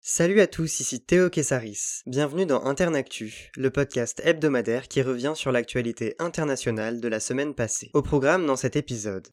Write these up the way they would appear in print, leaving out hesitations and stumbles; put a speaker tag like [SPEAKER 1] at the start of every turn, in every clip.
[SPEAKER 1] Salut à tous, ici Théo Kessaris. Bienvenue dans Internactu, le podcast hebdomadaire qui revient sur l'actualité internationale de la semaine passée. Au programme dans cet épisode.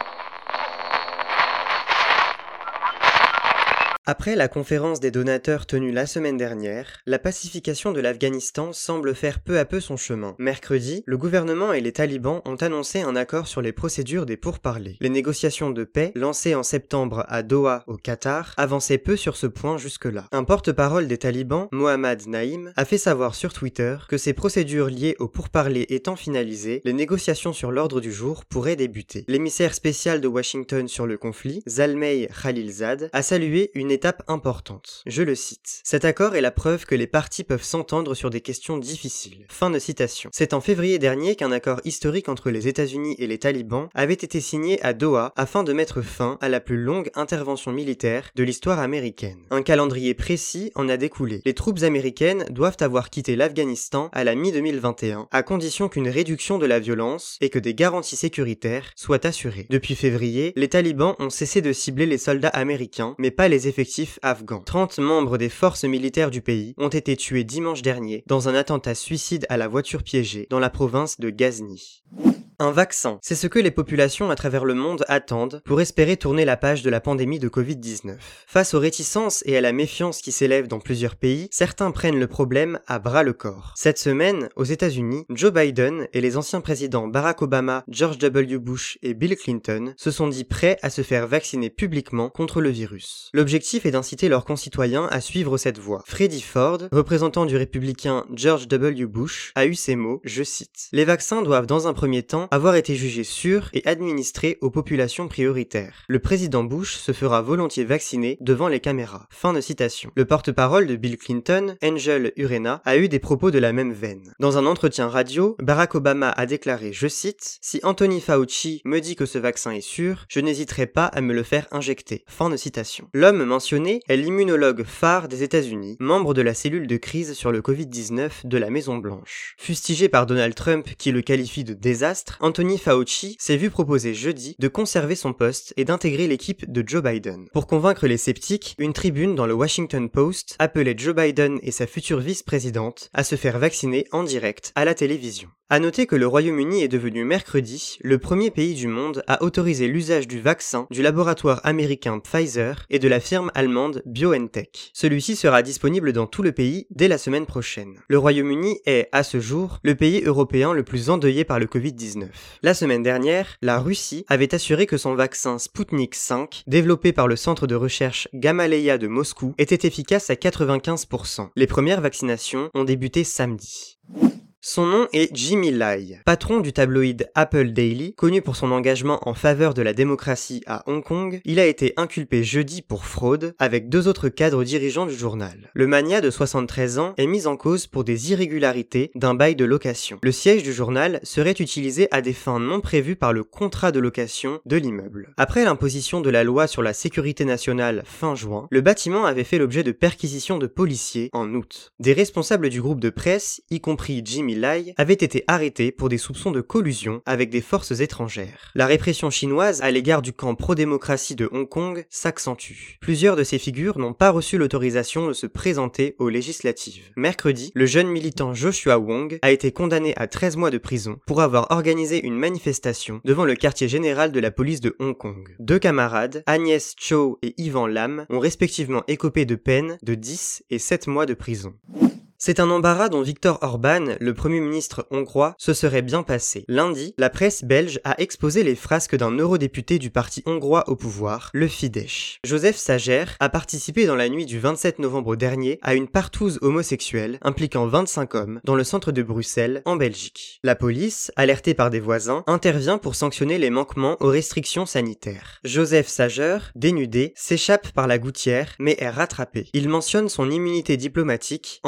[SPEAKER 1] Après la conférence des donateurs tenue la semaine dernière, la pacification de l'Afghanistan semble faire peu à peu son chemin. Mercredi, le gouvernement et les talibans ont annoncé un accord sur les procédures des pourparlers. Les négociations de paix, lancées en septembre à Doha, au Qatar, avançaient peu sur ce point jusque-là. Un porte-parole des talibans, Mohammad Naïm, a fait savoir sur Twitter que ces procédures liées aux pourparlers étant finalisées, les négociations sur l'ordre du jour pourraient débuter. L'émissaire spécial de Washington sur le conflit, Zalmay Khalilzad, a salué une étape importante. Je le cite. Cet accord est la preuve que les parties peuvent s'entendre sur des questions difficiles. Fin de citation. C'est en février dernier qu'un accord historique entre les États-Unis et les talibans avait été signé à Doha afin de mettre fin à la plus longue intervention militaire de l'histoire américaine. Un calendrier précis en a découlé. Les troupes américaines doivent avoir quitté l'Afghanistan à la mi-2021, à condition qu'une réduction de la violence et que des garanties sécuritaires soient assurées. Depuis février, les talibans ont cessé de cibler les soldats américains, mais pas les effectifs afghans. 30 membres des forces militaires du pays ont été tués dimanche dernier dans un attentat suicide à la voiture piégée dans la province de Ghazni. Un vaccin, c'est ce que les populations à travers le monde attendent pour espérer tourner la page de la pandémie de Covid-19. Face aux réticences et à la méfiance qui s'élèvent dans plusieurs pays, certains prennent le problème à bras le corps. Cette semaine, aux États-Unis, Joe Biden et les anciens présidents Barack Obama, George W. Bush et Bill Clinton se sont dit prêts à se faire vacciner publiquement contre le virus. L'objectif est d'inciter leurs concitoyens à suivre cette voie. Freddie Ford, représentant du républicain George W. Bush, a eu ces mots, je cite. « Les vaccins doivent dans un premier temps avoir été jugés sûrs et administrés aux populations prioritaires. Le président Bush se fera volontiers vacciner devant les caméras. » Fin de citation. Le porte-parole de Bill Clinton, Angel Urena, a eu des propos de la même veine. Dans un entretien radio, Barack Obama a déclaré, je cite, « Si Anthony Fauci me dit que ce vaccin est sûr, je n'hésiterai pas à me le faire injecter. » Fin de citation. L'homme mentionné est l'immunologue phare des États-Unis, membre de la cellule de crise sur le Covid-19 de la Maison-Blanche. Fustigé par Donald Trump qui le qualifie de désastre, Anthony Fauci s'est vu proposer jeudi de conserver son poste et d'intégrer l'équipe de Joe Biden. Pour convaincre les sceptiques, une tribune dans le Washington Post appelait Joe Biden et sa future vice-présidente à se faire vacciner en direct à la télévision. À noter que le Royaume-Uni est devenu mercredi le premier pays du monde à autoriser l'usage du vaccin du laboratoire américain Pfizer et de la firme allemande BioNTech. Celui-ci sera disponible dans tout le pays dès la semaine prochaine. Le Royaume-Uni est, à ce jour, le pays européen le plus endeuillé par le Covid-19. La semaine dernière, la Russie avait assuré que son vaccin Sputnik V, développé par le centre de recherche Gamaleya de Moscou, était efficace à 95%. Les premières vaccinations ont débuté samedi. Son nom est Jimmy Lai, patron du tabloïd Apple Daily, connu pour son engagement en faveur de la démocratie à Hong Kong. Il a été inculpé jeudi pour fraude avec 2 autres cadres dirigeants du journal. Le magnat de 73 ans est mis en cause pour des irrégularités d'un bail de location. Le siège du journal serait utilisé à des fins non prévues par le contrat de location de l'immeuble. Après l'imposition de la loi sur la sécurité nationale fin juin, le bâtiment avait fait l'objet de perquisitions de policiers en août. Des responsables du groupe de presse, y compris Jimmy Lai, avait été arrêté pour des soupçons de collusion avec des forces étrangères. La répression chinoise à l'égard du camp pro-démocratie de Hong Kong s'accentue. Plusieurs de ces figures n'ont pas reçu l'autorisation de se présenter aux législatives. Mercredi, le jeune militant Joshua Wong a été condamné à 13 mois de prison pour avoir organisé une manifestation devant le quartier général de la police de Hong Kong. 2 camarades, Agnès Chow et Ivan Lam, ont respectivement écopé de peines de 10 et 7 mois de prison. C'est un embarras dont Viktor Orban, le premier ministre hongrois, se serait bien passé. Lundi, la presse belge a exposé les frasques d'un eurodéputé du parti hongrois au pouvoir, le Fidesz. Joseph Sager a participé dans la nuit du 27 novembre dernier à une partouze homosexuelle impliquant 25 hommes dans le centre de Bruxelles, en Belgique. La police, alertée par des voisins, intervient pour sanctionner les manquements aux restrictions sanitaires. Joseph Sager, dénudé, s'échappe par la gouttière mais est rattrapé. Il mentionne son immunité diplomatique en vain.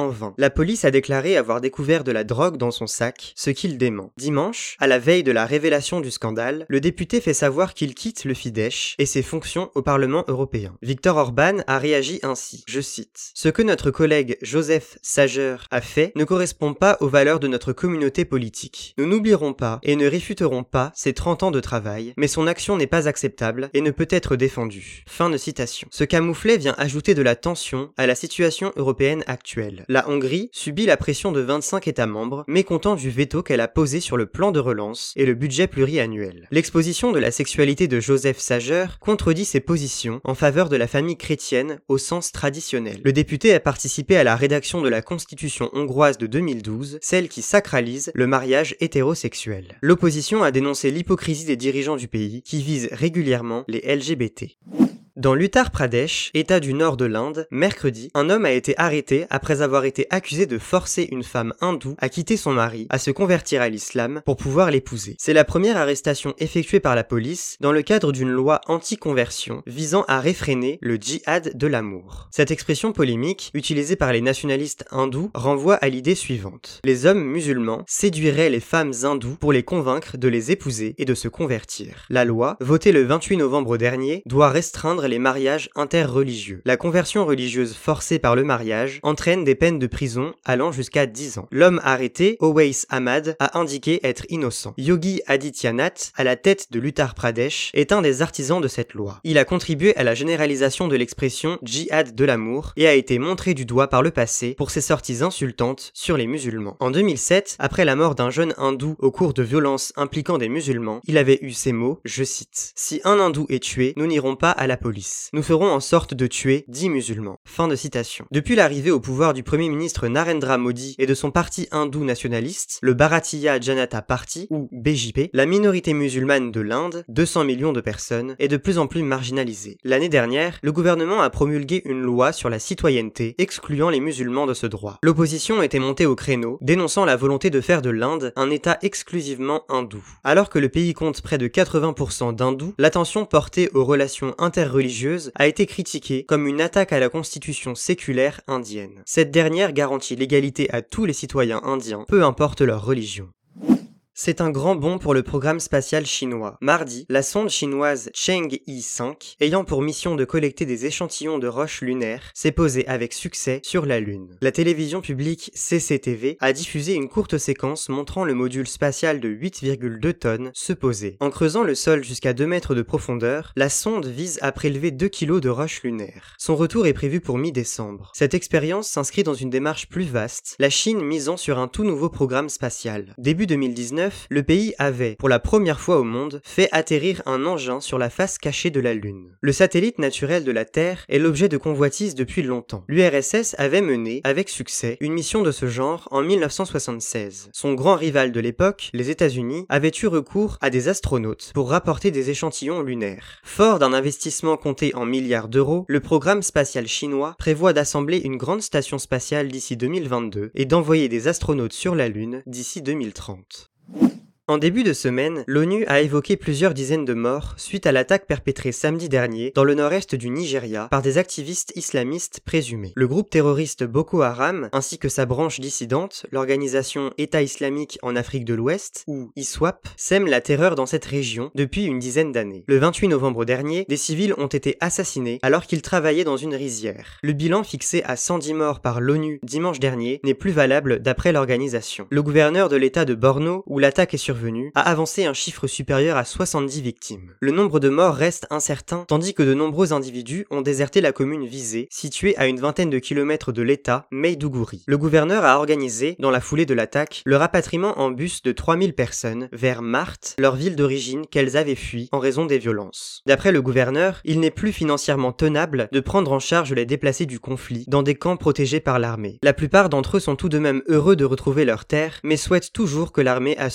[SPEAKER 1] La police a déclaré avoir découvert de la drogue dans son sac, ce qu'il dément. Dimanche, à la veille de la révélation du scandale, le député fait savoir qu'il quitte le Fidesz et ses fonctions au Parlement européen. Viktor Orban a réagi ainsi, je cite, « Ce que notre collègue József Szájer a fait ne correspond pas aux valeurs de notre communauté politique. Nous n'oublierons pas et ne réfuterons pas ses 30 ans de travail, mais son action n'est pas acceptable et ne peut être défendue. » Fin de citation. Ce camouflet vient ajouter de la tension à la situation européenne actuelle. La Hongrie subit la pression de 25 États membres, mécontents du veto qu'elle a posé sur le plan de relance et le budget pluriannuel. L'exposition de la sexualité de József Szájer contredit ses positions en faveur de la famille chrétienne au sens traditionnel. Le député a participé à la rédaction de la constitution hongroise de 2012, celle qui sacralise le mariage hétérosexuel. L'opposition a dénoncé l'hypocrisie des dirigeants du pays qui visent régulièrement les LGBT. Dans l'Uttar Pradesh, état du nord de l'Inde, mercredi, un homme a été arrêté après avoir été accusé de forcer une femme hindoue à quitter son mari, à se convertir à l'islam pour pouvoir l'épouser. C'est la première arrestation effectuée par la police dans le cadre d'une loi anti-conversion visant à réfréner le djihad de l'amour. Cette expression polémique, utilisée par les nationalistes hindous, renvoie à l'idée suivante. Les hommes musulmans séduiraient les femmes hindoues pour les convaincre de les épouser et de se convertir. La loi, votée le 28 novembre dernier, doit restreindre les mariages interreligieux. La conversion religieuse forcée par le mariage entraîne des peines de prison allant jusqu'à 10 ans. L'homme arrêté, Owais Ahmad, a indiqué être innocent. Yogi Adityanath, à la tête de l'Uttar Pradesh, est un des artisans de cette loi. Il a contribué à la généralisation de l'expression djihad de l'amour et a été montré du doigt par le passé pour ses sorties insultantes sur les musulmans. En 2007, après la mort d'un jeune hindou au cours de violences impliquant des musulmans, il avait eu ces mots, je cite, « Si un hindou est tué, nous n'irons pas à la police. Nous ferons en sorte de tuer 10 musulmans. » Fin de citation. Depuis l'arrivée au pouvoir du Premier ministre Narendra Modi et de son parti hindou nationaliste, le Bharatiya Janata Party, ou BJP, la minorité musulmane de l'Inde, 200 millions de personnes, est de plus en plus marginalisée. L'année dernière, le gouvernement a promulgué une loi sur la citoyenneté, excluant les musulmans de ce droit. L'opposition était montée au créneau, dénonçant la volonté de faire de l'Inde un État exclusivement hindou. Alors que le pays compte près de 80% d'hindous, l'attention portée aux relations interreligieuses a été critiquée comme une attaque à la constitution séculaire indienne. Cette dernière garantit l'égalité à tous les citoyens indiens, peu importe leur religion. C'est un grand bond pour le programme spatial chinois. Mardi, la sonde chinoise Chang'e 5, ayant pour mission de collecter des échantillons de roches lunaires, s'est posée avec succès sur la Lune. La télévision publique CCTV a diffusé une courte séquence montrant le module spatial de 8,2 tonnes se poser. En creusant le sol jusqu'à 2 mètres de profondeur, la sonde vise à prélever 2 kilos de roches lunaires. Son retour est prévu pour mi-décembre. Cette expérience s'inscrit dans une démarche plus vaste, la Chine misant sur un tout nouveau programme spatial. Début 2019, le pays avait, pour la première fois au monde, fait atterrir un engin sur la face cachée de la Lune. Le satellite naturel de la Terre est l'objet de convoitises depuis longtemps. L'URSS avait mené, avec succès, une mission de ce genre en 1976. Son grand rival de l'époque, les États-Unis, avait eu recours à des astronautes pour rapporter des échantillons lunaires. Fort d'un investissement compté en milliards d'euros, le programme spatial chinois prévoit d'assembler une grande station spatiale d'ici 2022 et d'envoyer des astronautes sur la Lune d'ici 2030. En début de semaine, l'ONU a évoqué plusieurs dizaines de morts suite à l'attaque perpétrée samedi dernier dans le nord-est du Nigeria par des activistes islamistes présumés. Le groupe terroriste Boko Haram, ainsi que sa branche dissidente, l'organisation État islamique en Afrique de l'Ouest, ou ISWAP, sème la terreur dans cette région depuis une dizaine d'années. Le 28 novembre dernier, des civils ont été assassinés alors qu'ils travaillaient dans une rizière. Le bilan fixé à 110 morts par l'ONU dimanche dernier n'est plus valable d'après l'organisation. Le gouverneur de l'État de Borno, où l'attaque est survenue, a avancé un chiffre supérieur à 70 victimes. Le nombre de morts reste incertain, tandis que de nombreux individus ont déserté la commune visée, située à une vingtaine de kilomètres de l'État, Maiduguri. Le gouverneur a organisé, dans la foulée de l'attaque, le rapatriement en bus de 3000 personnes vers Marte, leur ville d'origine qu'elles avaient fui en raison des violences. D'après le gouverneur, il n'est plus financièrement tenable de prendre en charge les déplacés du conflit dans des camps protégés par l'armée. La plupart d'entre eux sont tout de même heureux de retrouver leur terre, mais souhaitent toujours que l'armée assure leur protection.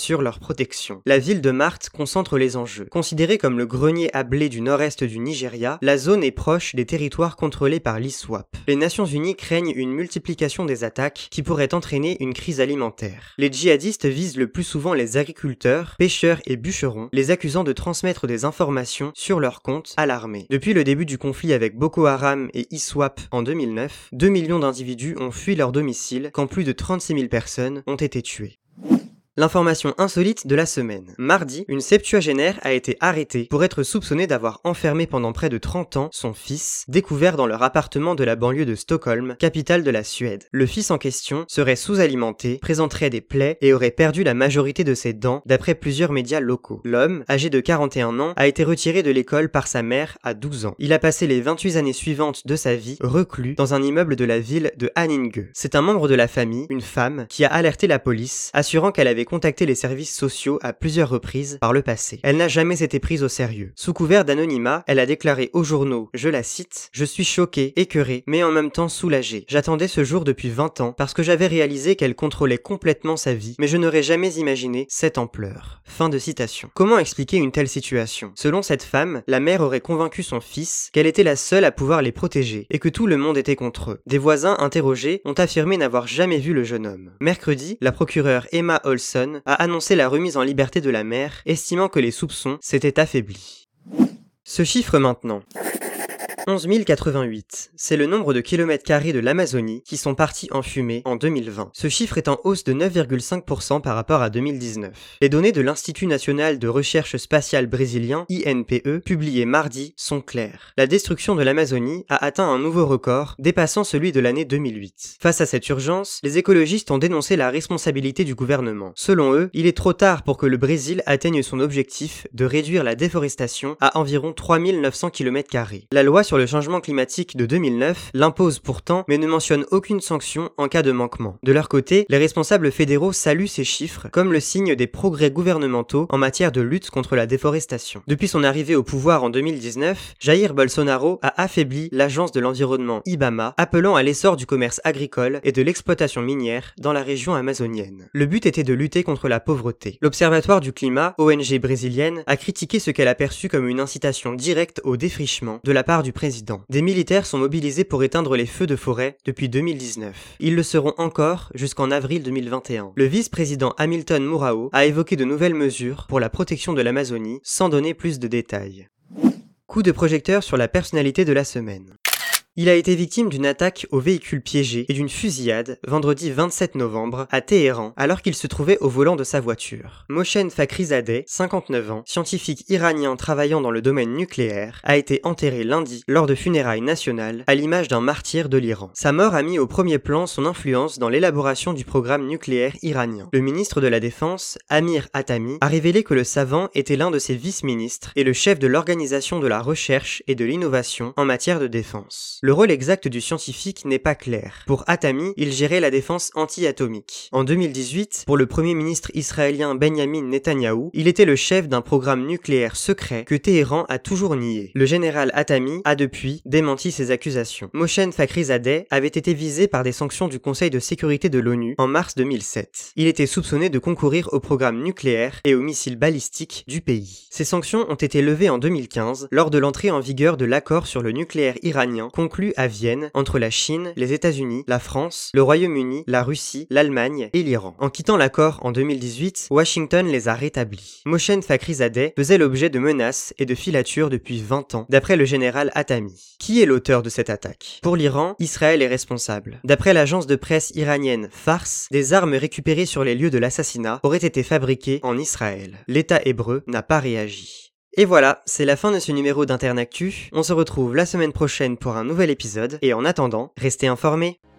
[SPEAKER 1] protection. La ville de Marte concentre les enjeux. Considérée comme le grenier à blé du nord-est du Nigeria, la zone est proche des territoires contrôlés par l'ISWAP. Les Nations Unies craignent une multiplication des attaques qui pourrait entraîner une crise alimentaire. Les djihadistes visent le plus souvent les agriculteurs, pêcheurs et bûcherons, les accusant de transmettre des informations sur leur compte à l'armée. Depuis le début du conflit avec Boko Haram et ISWAP en 2009, 2 millions d'individus ont fui leur domicile quand plus de 36 000 personnes ont été tuées. L'information insolite de la semaine. Mardi, une septuagénaire a été arrêtée pour être soupçonnée d'avoir enfermé pendant près de 30 ans son fils, découvert dans leur appartement de la banlieue de Stockholm, capitale de la Suède. Le fils en question serait sous-alimenté, présenterait des plaies et aurait perdu la majorité de ses dents, d'après plusieurs médias locaux. L'homme, âgé de 41 ans, a été retiré de l'école par sa mère à 12 ans. Il a passé les 28 années suivantes de sa vie reclus dans un immeuble de la ville de Haninge. C'est un membre de la famille, une femme, qui a alerté la police, assurant qu'elle avait contacté les services sociaux à plusieurs reprises par le passé. Elle n'a jamais été prise au sérieux. Sous couvert d'anonymat, elle a déclaré aux journaux, je la cite, « Je suis choquée, écœurée, mais en même temps soulagée. J'attendais ce jour depuis 20 ans parce que j'avais réalisé qu'elle contrôlait complètement sa vie, mais je n'aurais jamais imaginé cette ampleur. » Fin de citation. Comment expliquer une telle situation? Selon cette femme, la mère aurait convaincu son fils qu'elle était la seule à pouvoir les protéger et que tout le monde était contre eux. Des voisins interrogés ont affirmé n'avoir jamais vu le jeune homme. Mercredi, la procureure Emma Olson a annoncé la remise en liberté de la mère, estimant que les soupçons s'étaient affaiblis. Ce chiffre maintenant. 11 088, c'est le nombre de kilomètres carrés de l'Amazonie qui sont partis en fumée en 2020. Ce chiffre est en hausse de 9,5% par rapport à 2019. Les données de l'Institut National de Recherche Spatiale Brésilien, INPE, publiées mardi, sont claires. La destruction de l'Amazonie a atteint un nouveau record, dépassant celui de l'année 2008. Face à cette urgence, les écologistes ont dénoncé la responsabilité du gouvernement. Selon eux, il est trop tard pour que le Brésil atteigne son objectif de réduire la déforestation à environ 3 900 km². La loi sur le changement climatique de 2009 l'impose pourtant, mais ne mentionne aucune sanction en cas de manquement. De leur côté, les responsables fédéraux saluent ces chiffres comme le signe des progrès gouvernementaux en matière de lutte contre la déforestation. Depuis son arrivée au pouvoir en 2019, Jair Bolsonaro a affaibli l'agence de l'environnement IBAMA, appelant à l'essor du commerce agricole et de l'exploitation minière dans la région amazonienne. Le but était de lutter contre la pauvreté. L'Observatoire du climat, ONG brésilienne, a critiqué ce qu'elle a perçu comme une incitation directe au défrichement de la part du président. Des militaires sont mobilisés pour éteindre les feux de forêt depuis 2019. Ils le seront encore jusqu'en avril 2021. Le vice-président Hamilton Mourao a évoqué de nouvelles mesures pour la protection de l'Amazonie sans donner plus de détails. Coup de projecteur sur la personnalité de la semaine. Il a été victime d'une attaque au véhicule piégé et d'une fusillade vendredi 27 novembre à Téhéran alors qu'il se trouvait au volant de sa voiture. Mohsen Fakhrizadeh, 59 ans, scientifique iranien travaillant dans le domaine nucléaire, a été enterré lundi lors de funérailles nationales à l'image d'un martyr de l'Iran. Sa mort a mis au premier plan son influence dans l'élaboration du programme nucléaire iranien. Le ministre de la Défense, Amir Hatami, a révélé que le savant était l'un de ses vice-ministres et le chef de l'organisation de la recherche et de l'innovation en matière de défense. Le rôle exact du scientifique n'est pas clair. Pour Hatami, il gérait la défense anti-atomique. En 2018, pour le premier ministre israélien Benjamin Netanyahou, il était le chef d'un programme nucléaire secret que Téhéran a toujours nié. Le général Hatami a depuis démenti ces accusations. Mohsen Fakhrizadeh avait été visé par des sanctions du Conseil de sécurité de l'ONU en mars 2007. Il était soupçonné de concourir au programme nucléaire et aux missiles balistiques du pays. Ces sanctions ont été levées en 2015 lors de l'entrée en vigueur de l'accord sur le nucléaire iranien conclu à Vienne entre la Chine, les États-Unis, la France, le Royaume-Uni, la Russie, l'Allemagne et l'Iran. En quittant l'accord en 2018, Washington les a rétablis. Mohsen Fakhrizadeh faisait l'objet de menaces et de filatures depuis 20 ans, d'après le général Hatami. Qui est l'auteur de cette attaque? Pour l'Iran, Israël est responsable. D'après l'agence de presse iranienne Fars, des armes récupérées sur les lieux de l'assassinat auraient été fabriquées en Israël. L'État hébreu n'a pas réagi. Et voilà, c'est la fin de ce numéro d'Internactu. On se retrouve la semaine prochaine pour un nouvel épisode, et en attendant, restez informés.